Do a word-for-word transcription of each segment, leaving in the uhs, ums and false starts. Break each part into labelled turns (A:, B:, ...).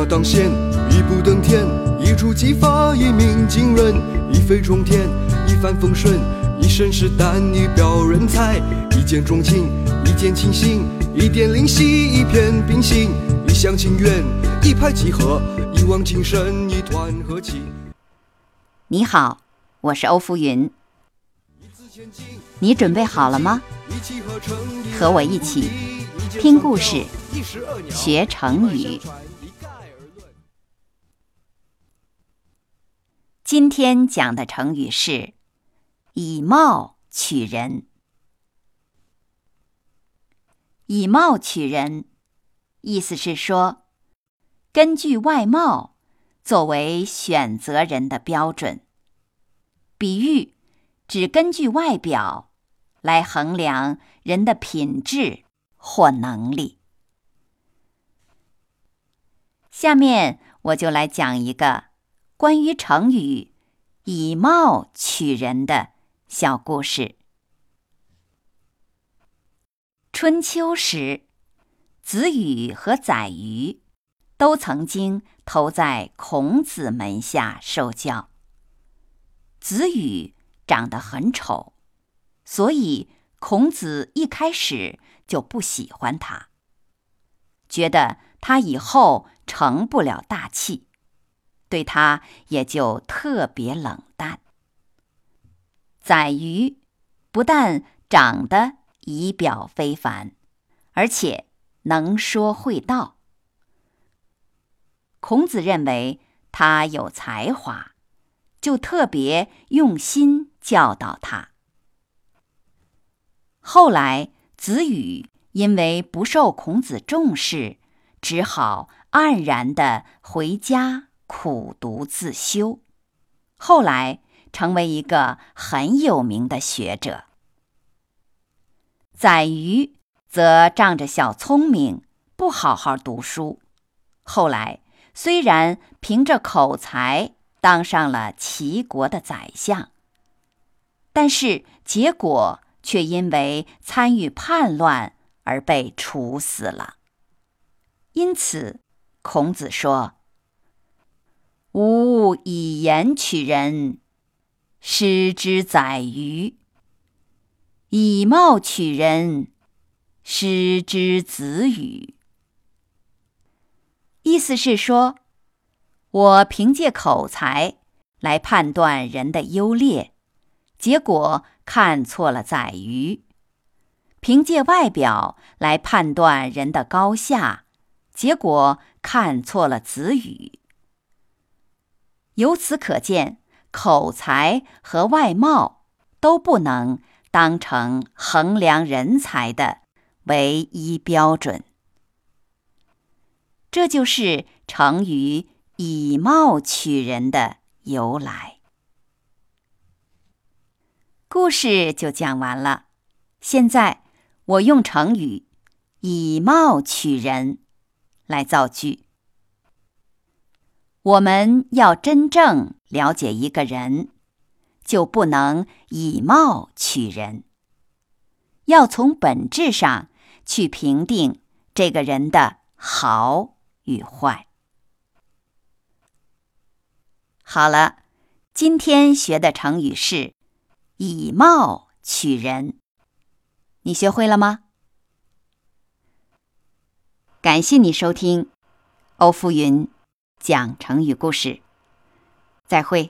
A: 马当先，一步登天，一触即发，一鸣惊人，一飞冲天，一帆风顺，一身是胆，一表人才，一见钟情，一见倾心，一点灵犀，一片冰心，一厢情愿，一拍即合，一往情深，一团和气。
B: 你好，我是欧福云，你准备好了吗？和我一起听故事，学成语。今天讲的成语是以貌取人。以貌取人，意思是说，根据外貌作为选择人的标准。比喻只根据外表来衡量人的品质或能力。下面我就来讲一个关于成语以貌取人的小故事。春秋时，子羽和宰予都曾经投在孔子门下受教。子羽长得很丑，所以孔子一开始就不喜欢他，觉得他以后成不了大器，对他也就特别冷淡。宰予不但长得仪表非凡，而且能说会道。孔子认为他有才华，就特别用心教导他。后来子羽因为不受孔子重视，只好黯然地回家苦读自修，后来成为一个很有名的学者。宰予则仗着小聪明，不好好读书，后来虽然凭着口才当上了齐国的宰相，但是结果却因为参与叛乱而被处死了。因此，孔子说：“吾以言取人，师之宰予；以貌取人，师之子羽。”意思是说，我凭借口才来判断人的优劣，结果看错了宰予；凭借外表来判断人的高下，结果看错了子羽。由此可见，口才和外貌都不能当成衡量人才的唯一标准。这就是成语以貌取人的由来。故事就讲完了，现在我用成语以貌取人来造句。我们要真正了解一个人，就不能以貌取人，要从本质上去评定这个人的好与坏。好了，今天学的成语是以貌取人，你学会了吗？感谢你收听欧福云讲成语故事，再会。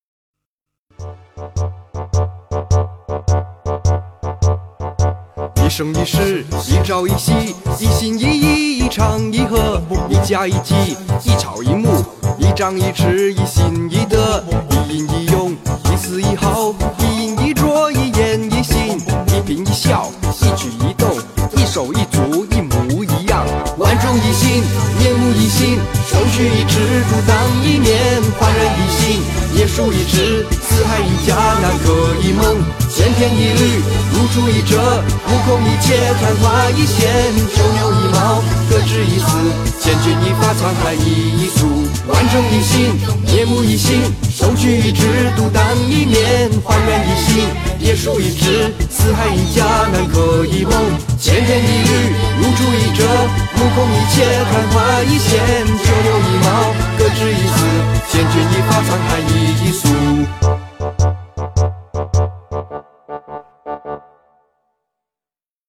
A: 一生一世，一朝一夕，一心一意，一唱一和，一家一计，一草一木，一张一弛，一心一德，一阴一用，一丝一毫，一饮一啄，一言一行，一颦一笑，一举一动，一手一足，一模一样，万众一心，面目一新，手取一尺，独当一面，焕然一新，叶树一枝，四海一家，南柯一梦，千篇一律，如出一辙，目空一切，昙花一现，九牛一毛，各执一词，千钧一发，沧海一粟，万众一心，面目一新，手取一枝，独当一面，焕然一新，叶树一枝，四海一家，南柯一梦，千篇一律，如出一辙，目空一切，昙花一现，九牛一毛， 各执一词，千钧一发，沧海一粟。